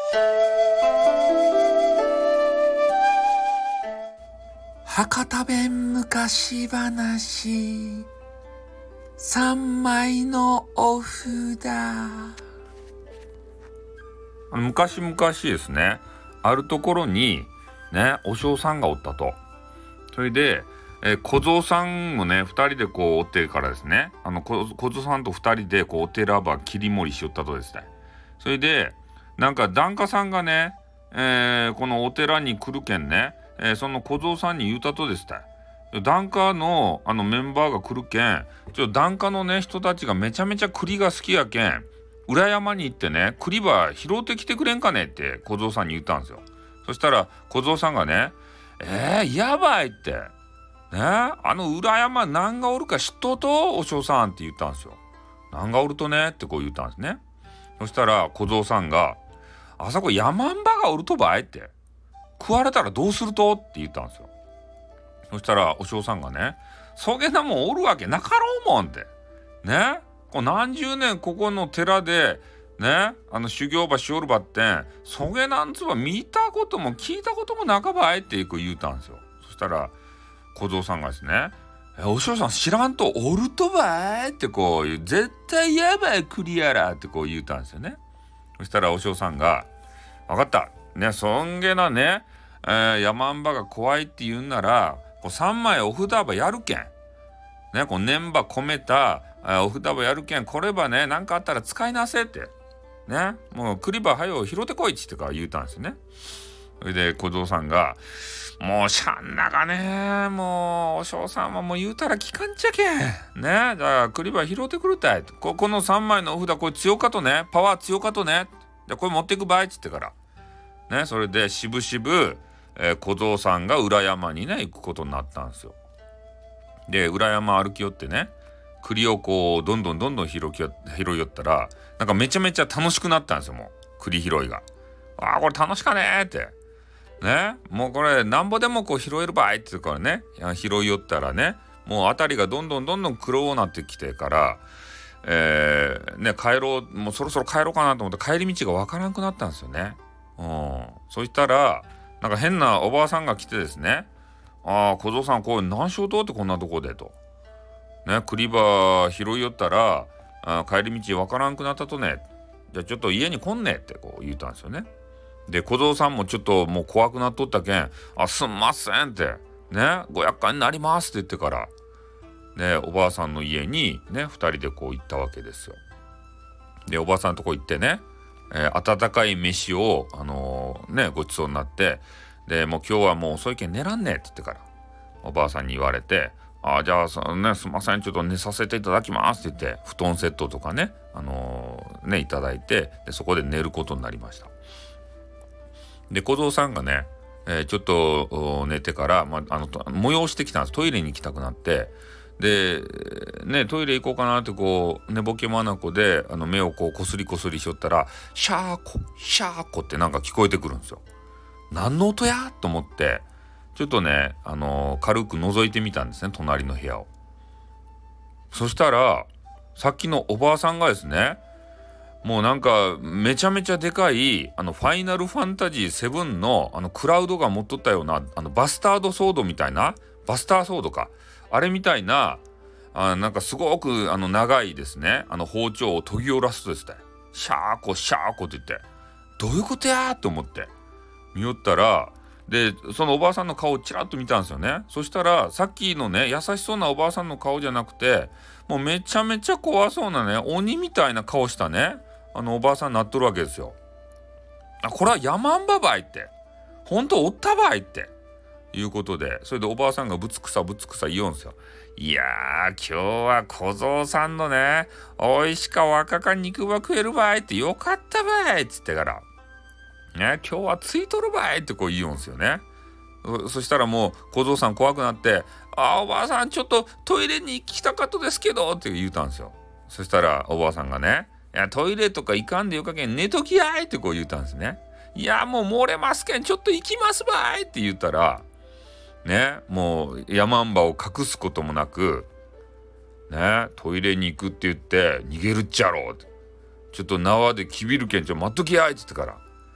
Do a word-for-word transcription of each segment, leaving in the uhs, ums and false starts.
博多弁昔話、三枚のお札。昔々ですね、あるところにね、お嬢さんがおったと。それで、えー、小僧さんもね、二人でこうおってからですね、あの小僧さんと二人でこうお寺ば切り盛りしよったとですね。それでなんか檀家さんがね、えー、このお寺に来るけんね、えー、その小僧さんに言うたとですね。檀家のあのメンバーが来るけん、ちょ檀家のね人たちがめちゃめちゃ栗が好きやけん、裏山に行ってね、栗ば拾ってきてくれんかねって小僧さんに言ったんですよ。そしたら小僧さんがね、えー、やばいってね、あの裏山何がおるか知っとうとお嬢さんって言ったんですよ。何がおるとねってこう言ったんですね。そしたら小僧さんが、あそこ山んばがおるとばいって、食われたらどうするとって言ったんですよ。そしたらお嬢さんがね、そげなもんおるわけなかろうもんってね、こう何十年ここの寺でね、あの修行場しおるばってん、そげなんつば見たことも聞いたこともなかばいってこう言うたんですよ。そしたら小僧さんがですね、えお嬢さん知らんとおるとばいってこう言う、絶対やばいクリアラってこう言うたんですよね。そしたらお嬢さんが、分かったね、そんげなね、えー、山んばが怖いって言うんなら、こうさんまいお札ばやるけんね、こう念ば込めたお札ばやるけん、こればね、なんかあったら使いなせってね、もう栗ばはよ拾ってこいっちってから言うたんですよね。それで小僧さんが、もうしゃんながね、もうお嬢さんはもう言うたら聞かんちゃけんね、じゃあ栗ば拾ってくるたい、ここのさんまいのお札これ強かとね、パワー強かとね、じゃあこれ持っていくばいっつってからね、それでしぶしぶ、えー、小僧さんが裏山にね行くことになったんですよ。で裏山歩き寄ってね、栗をこうどんどんどんどん拾い拾い寄ったら、なんかめちゃめちゃ楽しくなったんですよ。もう栗拾いが、あーこれ楽しかねーってね、もうこれなんぼでもこう拾えるばいって言うからね、拾い寄ったらね、もう辺りがどんどんどんどん黒くなってきてから、えー、ね帰ろう、もうそろそろ帰ろうかなと思って帰り道がわからなくなったんですよね。うん、そしたらなんか変なおばあさんが来てですね、ああ小僧さんこう何しようとってこんなとこでとね、栗ば拾い寄ったらあ帰り道わからんくなったとね、じゃあちょっと家に来んねってこう言ったんですよね。で小僧さんもちょっともう怖くなっとったけん、あすんませんってね、ご厄介になりますって言ってからね、おばあさんの家にねふたりでこう行ったわけですよ。でおばあさんのとこ行ってね、えー、温かい飯をあのー、ねごちそうになって、でもう今日はもう遅いけん寝らんねえって言ってからおばあさんに言われて、あじゃあそのねすいませんちょっと寝させていただきますって言って布団セットとかねあのー、ねいただいて、でそこで寝ることになりました。で小僧さんがね、えー、ちょっと寝てから、まあ、あの催してきたんです。トイレに行きたくなって、でねトイレ行こうかなってこう寝ぼけまなこであの目をこうこすりこすりしよったら、シャーコシャーコってなんか聞こえてくるんですよ。何の音やと思ってちょっとね、あのー、軽く覗いてみたんですね、隣の部屋を。そしたらさっきのおばあさんがですね、もうなんかめちゃめちゃでかいあのファイナルファンタジーセブンのあのクラウドが持っとったようなあのバスタードソードみたいな、バスターソードかあれみたいな、あなんかすごくあの長いですねあの包丁を研ぎ下ろすとですね、シャーコシャーコって言って、どういうことやと思って見よったら、でそのおばあさんの顔をちらっと見たんですよね。そしたらさっきのね優しそうなおばあさんの顔じゃなくて、もうめちゃめちゃ怖そうなね鬼みたいな顔したねあのおばあさんになっとるわけですよ。あこれは山んばばいって本当おったばいっていうことで、それでおばあさんがぶつくさぶつくさ言うんですよ。いやー今日は小僧さんのねおいしか若か肉ば食えるばいってよかったばいっつってからね、今日はついとるばいってこう言うんですよね。 そ, そしたらもう小僧さん怖くなって、あおばあさんちょっとトイレに行きたかったですけどって言うたんですよ。そしたらおばあさんがね、いやトイレとか行かんでよかけん寝ときやいってこう言うたんですね。いやもう漏れますけんちょっと行きますばいって言ったらね、もう山んばを隠すこともなくね、トイレに行くって言って逃げるっちゃろうって、ちょっと縄できびるけんちょ待っときやいって言ってから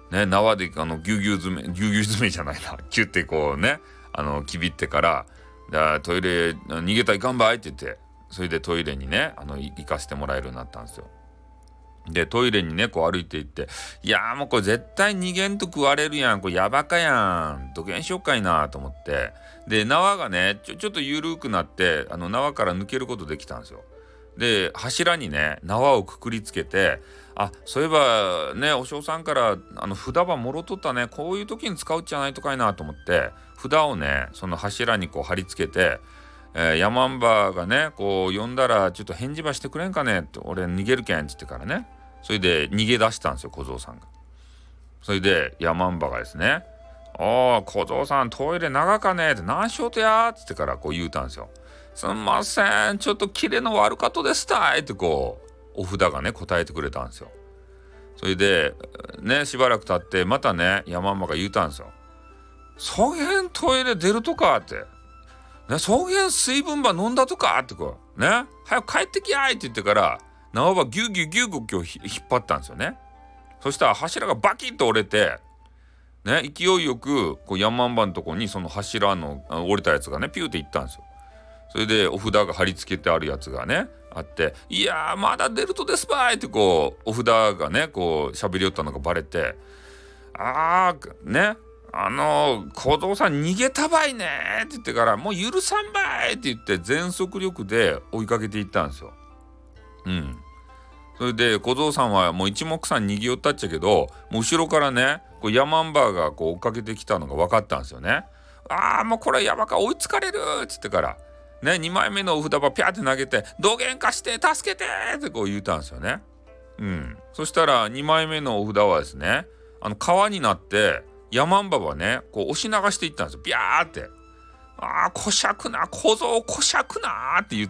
ね、縄であのぎゅうぎゅう詰めぎゅうぎゅう詰めじゃないなキュッてこうねあのきびってからじゃあトイレ逃げたらいかんばいって言って、それでトイレにねあの行かせてもらえるようになったんですよ。でトイレにねこう歩いて行って、いやーもうこれ絶対逃げんと食われるやん、これやばかやん、どげんしよっかいなと思って、で縄がねちょちょっと緩くなってあの縄から抜けることできたんですよ。で柱にね縄をくくりつけて、あそういえばねお嬢さんからあの札ばもろとったね、こういう時に使うっちゃないとかいなと思って札をねその柱にこう貼り付けて、えー、ヤマンバがねこう呼んだらちょっと返事ばしてくれんかねって、俺逃げるけんって言ってからね、それで逃げ出したんですよ小僧さんが。それでヤマンバがですね、おー小僧さんトイレ長かねって、何しようとやーって言ってからこう言うたんですよ。すんませんちょっとキレの悪かとですたいってこうお札がね答えてくれたんですよ。それでねしばらく経ってまたねヤマンバが言うたんですよ。そげんトイレ出るとかって、ね、そげん水分ば飲んだとかってこうね、早く帰ってきやいって言ってから縄ばギュギュギュギュギュ引っ張ったんですよね。そしたら柱がバキッと折れてね、勢いよくこうヤマンバのとこにその柱の折れたやつがねピューっていったんですよ。それでお札が貼り付けてあるやつがねあって、いやーまだ出るとですばいってこうお札がねこう喋りよったのがバレて、あーねあのー、小僧さん逃げたばいねって言ってから、もう許さんばいって言って全速力で追いかけていったんですよ。うん。それで小僧さんはもう一目散逃げ寄ったっちゃけど、もう後ろからねこうヤマンバがこう追っかけてきたのが分かったんですよね。あーもうこれやばか追いつかれるっつってからねにまいめのお札ばピャーって投げて、どげんかして助けてってこう言うたんですよね。うん。そしたらにまいめのお札はですねあの川になってヤマンバはねこう押し流していったんですよ、ビャーって。あーこしゃくな小僧こしゃくなって言って、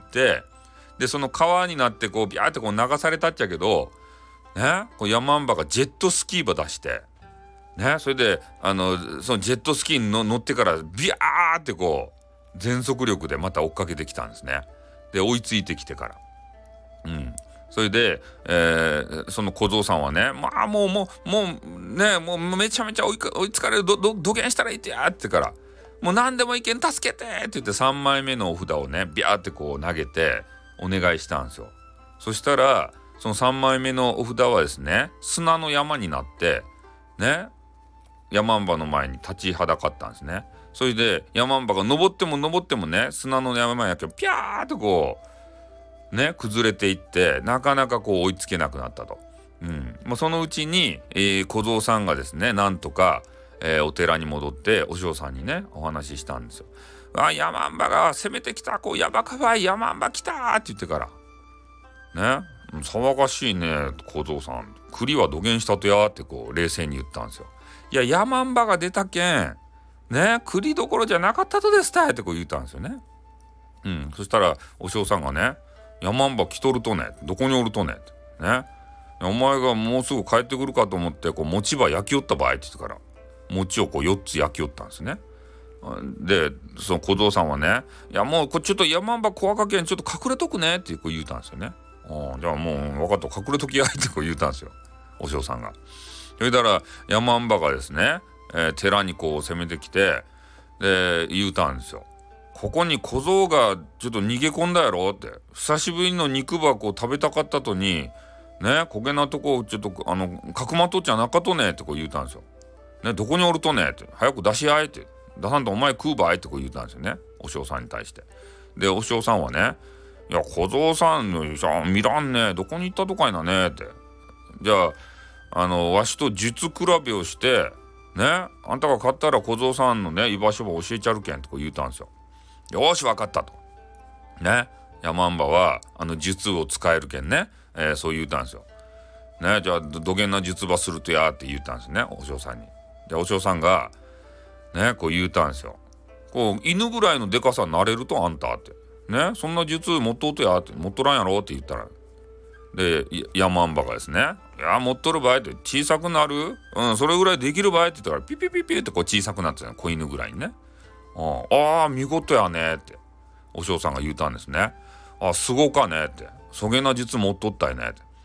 でその川になってこうビャーってこう流されたっちゃけどね、こうヤマンバがジェットスキーば出してね、それであのそのジェットスキーにの乗ってからビャーってこう全速力でまた追っかけてきたんですね。で追いついてきてからうんそれで、えー、その小僧さんはね、まあもうもうもうねもうめちゃめちゃ追いか追いつかれる、どどどげんしたらいいってやってから、もう何でもいけん助けてって言ってさんまいめのお札をねビャーってこう投げてお願いしたんですよ。そしたらそのさんまいめのお札はですね砂の山になってねヤマンバの前に立ちはだかったんですね。それでヤマンバが登っても登ってもね砂の山やけどピャーっとこうね崩れていってなかなかこう追いつけなくなったと。うん、もうそのうちに、えー、小僧さんがですねなんとか、えー、お寺に戻ってお嬢さんにねお話ししたんですよ。あヤマンバが攻めてきた、こうやばかばいヤマンバ来たって言ってからね、騒がしいね小僧さん、栗はどげんしたとやってこう冷静に言ったんですよ。いやヤマンバが出たけんね栗どころじゃなかったとですたいってこう言ったんですよね。うんそしたらお嬢さんがね、ヤマンバ来とるとね、どこにおるとねってね、お前がもうすぐ帰ってくるかと思ってこう餅ば焼きよった場合って言ってから餅をこうよっつ焼きよったんですね。でその小僧さんはね、いやもうこちょっとヤマンバ怖かけんちょっと隠れとくねってこう言うたんですよね。あじゃあもう分かった隠れときやいってこう言うたんですよお嬢さんが。それだらヤマンバがですね、えー、寺にこう攻めてきてで言うたんですよ。ここに小僧がちょっと逃げ込んだやろって、久しぶりの肉箱を食べたかったとにね焦げなとこちょっとあのかくまっとっちゃなかとねってこう言うたんですよ。ねどこにおるとねって早く出し合えって出さんとお前食うばいってこう言うたんですよねお嬢さんに対して。でお嬢さんはね、いや小僧さんのじゃ見らんねどこに行ったとかいなねって、じゃああのわしと術比べをしてねあんたが勝ったら小僧さんのね居場所を教えちゃるけんとこう言うたんですよ。よーし分かったとね、ヤマンバはあの術を使えるけんね、えー、そう言うたんですよね。じゃあどげんな術場するとやって言うたんですねお嬢さんに。でお嬢さんがねこう言うたんですよ。こう犬ぐらいのでかさになれるとあんたってね、そんな術持っとうとやって持っとらんやろって言ったら、でヤマンバがですね、いや持っとる場合って小さくなる、うんそれぐらいできる場合って言ったからピピピピってこう小さくなってたの子犬ぐらいにね。ああ見事やねってお嬢さんが言うたんですね。あすごかねって、そげな術持っとったいねって。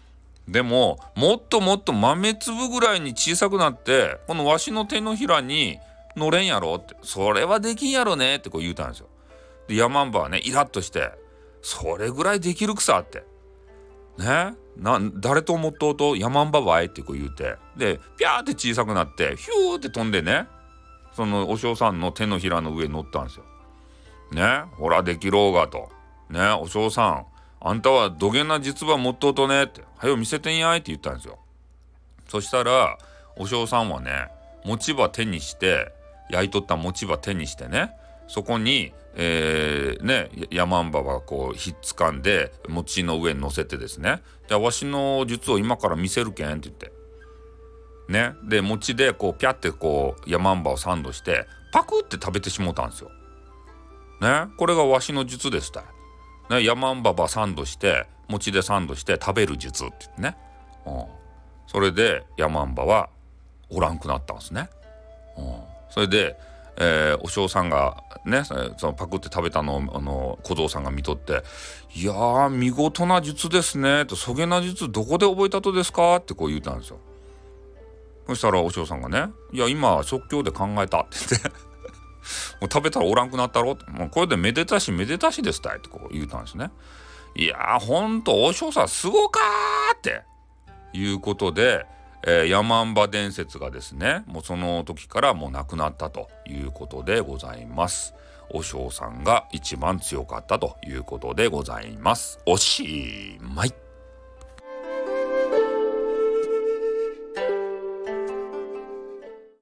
でももっともっと豆粒ぐらいに小さくなってこのわしの手のひらに乗れんやろって、それはできんやろねってこう言うたんですよ。でヤマンバはねイラッとして、それぐらいできるくさってね、な誰と思っとうとヤマンバばいってこう言うて、でピャーって小さくなってヒューって飛んでね、そのお嬢さんの手のひらの上に乗ったんですよ。ね、ほらできろうがと。ね、お嬢さん、あんたはどげんな実話持っとうとねって、はよ見せてんやいって言ったんですよ。そしたらお嬢さんはね、餅葉手にして、焼いとった餅葉手にしてね、そこに、えー、ね、ヤマンバはこうひっつかんで餅の上に乗せてですね、じゃあわしの術を今から見せるけんって言ってね、で餅でこうピャってこうヤマンバをサンドしてパクって食べてしもたんですよ。ね、これがわしの術ですたい。ね、ヤマンバばサンドして餅でサンドして食べる術って言ってね、うん、それでヤマンバはおらんくなったんですね。うん、それで、えー、お嬢さんがねそのパクって食べたのをあの小僧さんが見とって、いやー見事な術ですねと、そげな術どこで覚えたとですかってこう言うたんですよ。そしたらお嬢さんがね、いや今即興で考えたって言ってもう食べたらおらんくなったろって、もうこれでめでたしめでたしですたいってこう言うたんですね。いやーほんとお嬢さんすごかーっていうことで、えー、ヤマンバ伝説がですね、もうその時からもうなくなったということでございます。お嬢さんが一番強かったということでございます。おしまい。